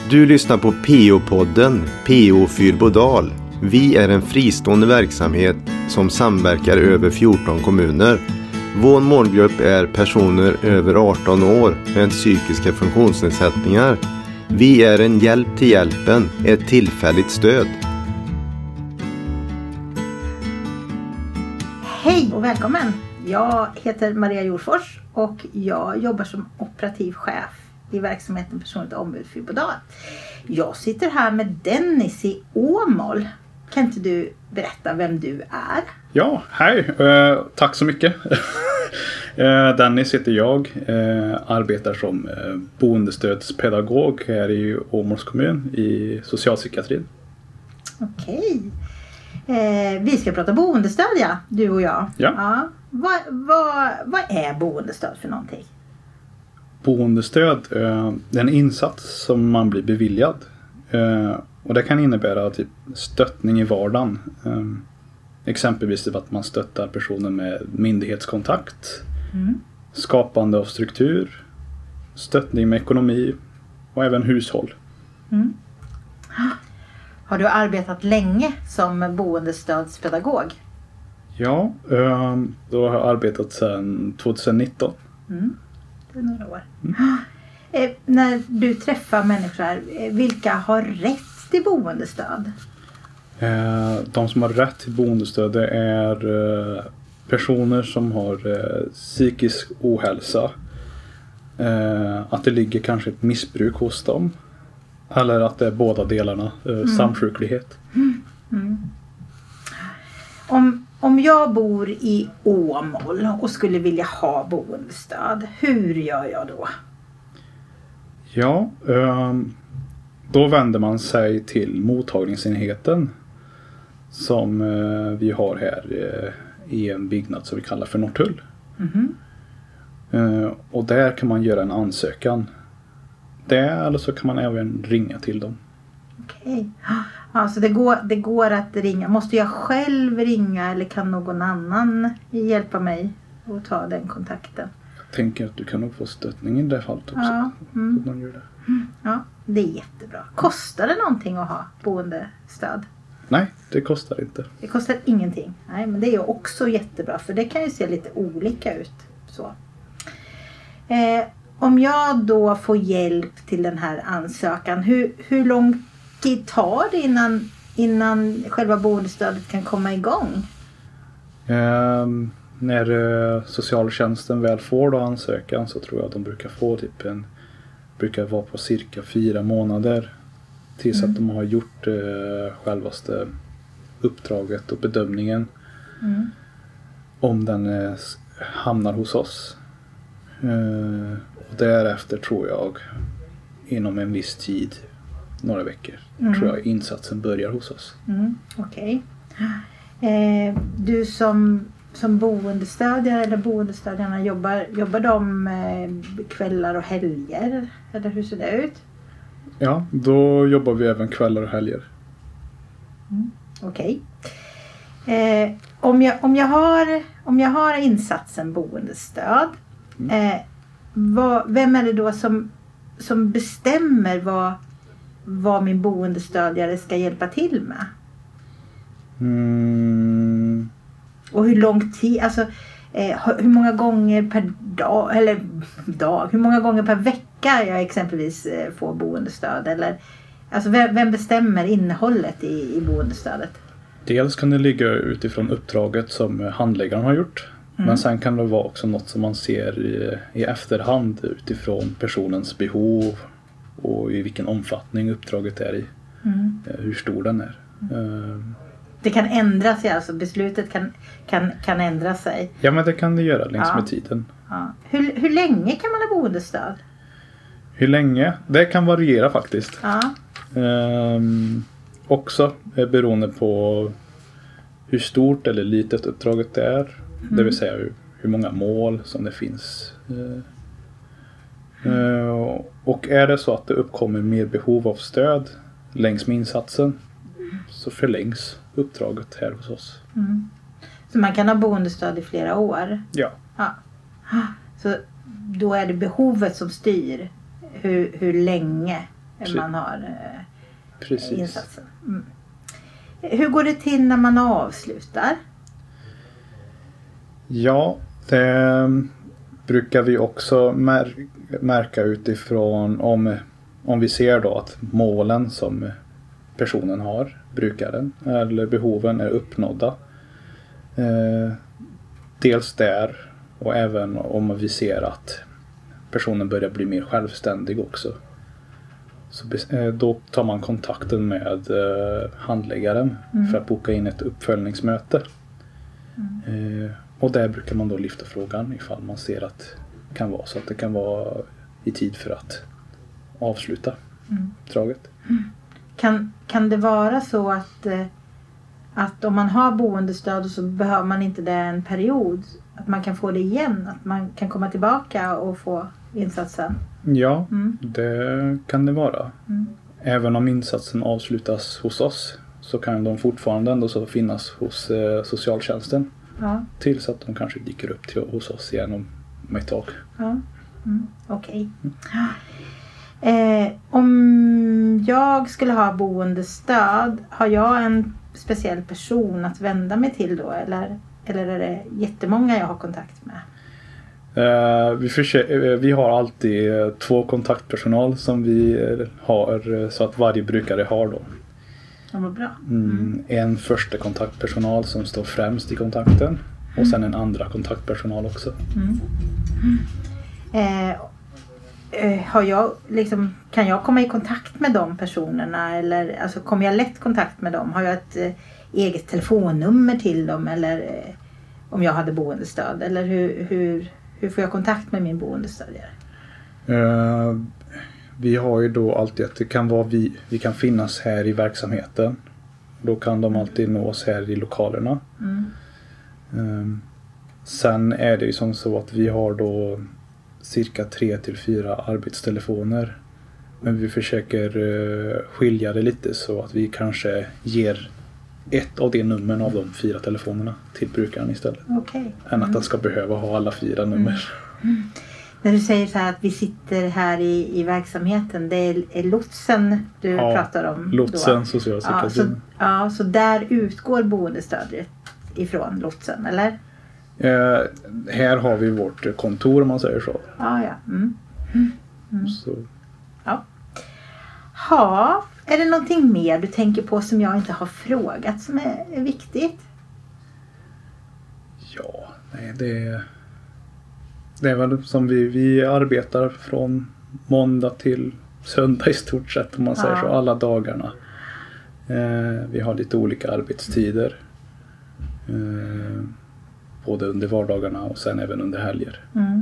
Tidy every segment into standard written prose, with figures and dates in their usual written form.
Du lyssnar på PO-podden, PO Fyrbodal. Vi är en fristående verksamhet som samverkar över 14 kommuner. Vår målgrupp är personer över 18 år med psykiska funktionsnedsättningar. Vi är en hjälp till hjälpen, ett tillfälligt stöd. Hej och välkommen! Jag heter Maria Jorfors och jag jobbar som operativ chef i verksamheten personligt ombud Fyrbodal. Jag sitter här med Dennis i Åmål. Kan inte du berätta vem du är? Ja, hej. Tack så mycket. Dennis heter jag. Arbetar som boendestödspedagog här i Åmåls kommun i socialpsykiatrin. Okej. Vi ska prata boendestöd, ja, du och jag. Ja. Vad är boendestöd för någonting? Boendestöd är en insats som man blir beviljad. Och det kan innebära typ stöttning i vardagen. Exempelvis att man stöttar personer med myndighetskontakt. Skapande av struktur. Stöttning med ekonomi. Och även hushåll. Har du arbetat länge som boendestödspedagog? Ja, då har jag arbetat sedan 2019. Det är några år. När du träffar människor, vilka har rätt till boendestöd? De som har rätt till boendestöd det är personer som har psykisk ohälsa. Att det ligger kanske ett missbruk hos dem. Eller att det är båda delarna, samsjuklighet. Om jag bor i Åmål och skulle vilja ha boendestöd, hur gör jag då? Ja, då vänder man sig till mottagningsenheten som vi har här i en byggnad som vi kallar för Norrtull. Och där kan man göra en ansökan. Eller så kan man även ringa till dem. Okej. Alltså det går att ringa. Måste jag själv ringa eller kan någon annan hjälpa mig att ta den kontakten? Jag tänker att du kan nog få stöttning i det fallet också. Ja. De gör det. Ja, det är jättebra. Kostar det någonting att ha boendestöd? Nej, det kostar inte. Det kostar ingenting. Nej, men det är ju också jättebra för det kan ju se lite olika ut. Så. Om jag då får hjälp till den här ansökan, hur lång tid tar det innan själva boendestödet kan komma igång? När socialtjänsten väl får då ansökan så tror jag att de brukar få brukar vara på cirka 4 månader tills att de har gjort självaste uppdraget och bedömningen om den hamnar hos oss. Och därefter tror jag inom en viss tid, några veckor, tror jag insatsen börjar hos oss. Okej. Du som boendestödjare eller boendestödjarna jobbar de kvällar och helger? Eller hur ser det ut? Ja, då jobbar vi även kvällar och helger. Okej. Om jag har insatsen boendestöd, vem är det då som bestämmer vad min boendestödjare ska hjälpa till med? Och hur lång tid, alltså hur många gånger per dag, hur många gånger per vecka jag exempelvis får boendestöd, eller alltså vem bestämmer innehållet i boendestödet? Dels kan det ligga utifrån uppdraget som handläggaren har gjort. Men sen kan det vara också något som man ser i efterhand utifrån personens behov och i vilken omfattning uppdraget är i. Hur stor den är. Det kan ändra sig, alltså beslutet kan ändra sig. Ja, men det kan det göra längs med tiden. Ja. Hur länge kan man ha boendestöd? Hur länge? Det kan variera faktiskt. Ja. Också beroende på hur stort eller litet uppdraget är. Det vill säga hur många mål som det finns. Och är det så att det uppkommer mer behov av stöd längs med insatsen så förlängs uppdraget här hos oss. Så man kan ha boendestöd i flera år? Ja. Så då är det behovet som styr hur länge man har Precis. insatsen. Mm. Hur går det till när man avslutar? Ja, det brukar vi också märka utifrån om vi ser då att målen som personen har, brukaren, eller behoven är uppnådda. Dels där och även om vi ser att personen börjar bli mer självständig också. Så då tar man kontakten med handläggaren för att boka in ett uppföljningsmöte. Och där brukar man då lyfta frågan ifall man ser att det kan vara så att det kan vara i tid för att avsluta uppdraget. Kan det vara så att om man har boendestöd så behöver man inte det en period, att man kan få det igen, att man kan komma tillbaka och få insatsen? Ja, det kan det vara. Även om insatsen avslutas hos oss så kan de fortfarande ändå så finnas hos socialtjänsten. Ja. Tills att de kanske dyker upp hos oss igen om ett tag. Ja. Okej. Om jag skulle ha boendestöd, har jag en speciell person att vända mig till då? Eller är det jättemånga jag har kontakt med? Vi har alltid 2 kontaktpersonal som vi har så att varje brukare har då. Ja, vad bra. En första kontaktpersonal som står främst i kontakten och sen en andra kontaktpersonal också. Kan jag komma i kontakt med de personerna, eller alltså, kommer jag lätt kontakt med dem? Har jag ett eget telefonnummer till dem, eller om jag hade boendestöd, eller hur får jag kontakt med min boendestödjare? Vi har ju då alltid att det kan vara vi kan finnas här i verksamheten. Då kan de alltid nås här i lokalerna. Sen är det ju som så att vi har då cirka 3-4 arbetstelefoner. Men vi försöker skilja det lite så att vi kanske ger ett av de numren av de 4 telefonerna till brukaren istället. Okay. Än att den ska behöva ha alla 4 nummer. När du säger så här att vi sitter här i verksamheten, det är lotsen du pratar om? Lotsen, socialsekreteraren. Så där utgår boendestödet ifrån lotsen, eller? Här har vi vårt kontor, om man säger så. Så. Ja, är det någonting mer du tänker på som jag inte har frågat som är viktigt? Ja, nej, det är väl som vi arbetar från måndag till söndag i stort sett, om man säger så, alla dagarna. Vi har lite olika arbetstider. Både under vardagarna och sen även under helger.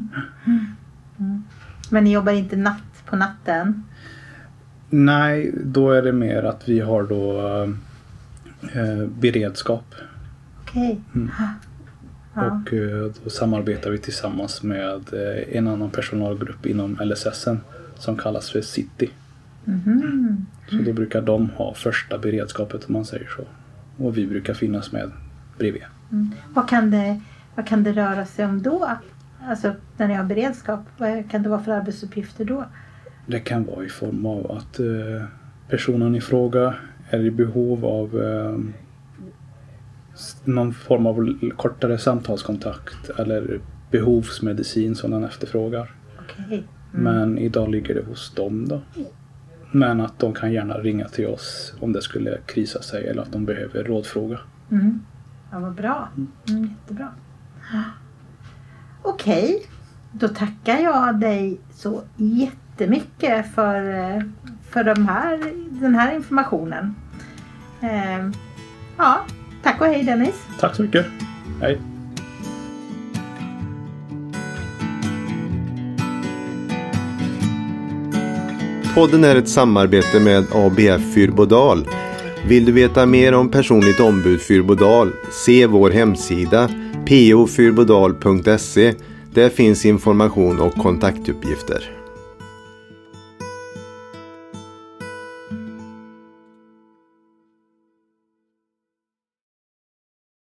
Men ni jobbar inte på natten? Nej, då är det mer att vi har då beredskap. Okej. Och då samarbetar vi tillsammans med en annan personalgrupp inom LSSen som kallas för City. Så då brukar de ha första beredskapet, om man säger så. Och vi brukar finnas med bredvid. Vad kan det röra sig om då? Alltså när ni har beredskap, vad kan det vara för arbetsuppgifter då? Det kan vara i form av att personen i fråga är i behov av någon form av kortare samtalskontakt eller behovsmedicin som den efterfrågar. Okay. Men idag ligger det hos dem då. Men att de kan gärna ringa till oss om det skulle krisa sig eller att de behöver rådfråga. Ja, vad bra. Jättebra. Okej, då tackar jag dig så jättemycket för den här informationen. Tack och hej Dennis. Tack så mycket. Hej. Podden är ett samarbete med ABF Fyrbodal. Vill du veta mer om personligt ombud Fyrbodal, se vår hemsida pofyrbodal.se. Där finns information och kontaktuppgifter.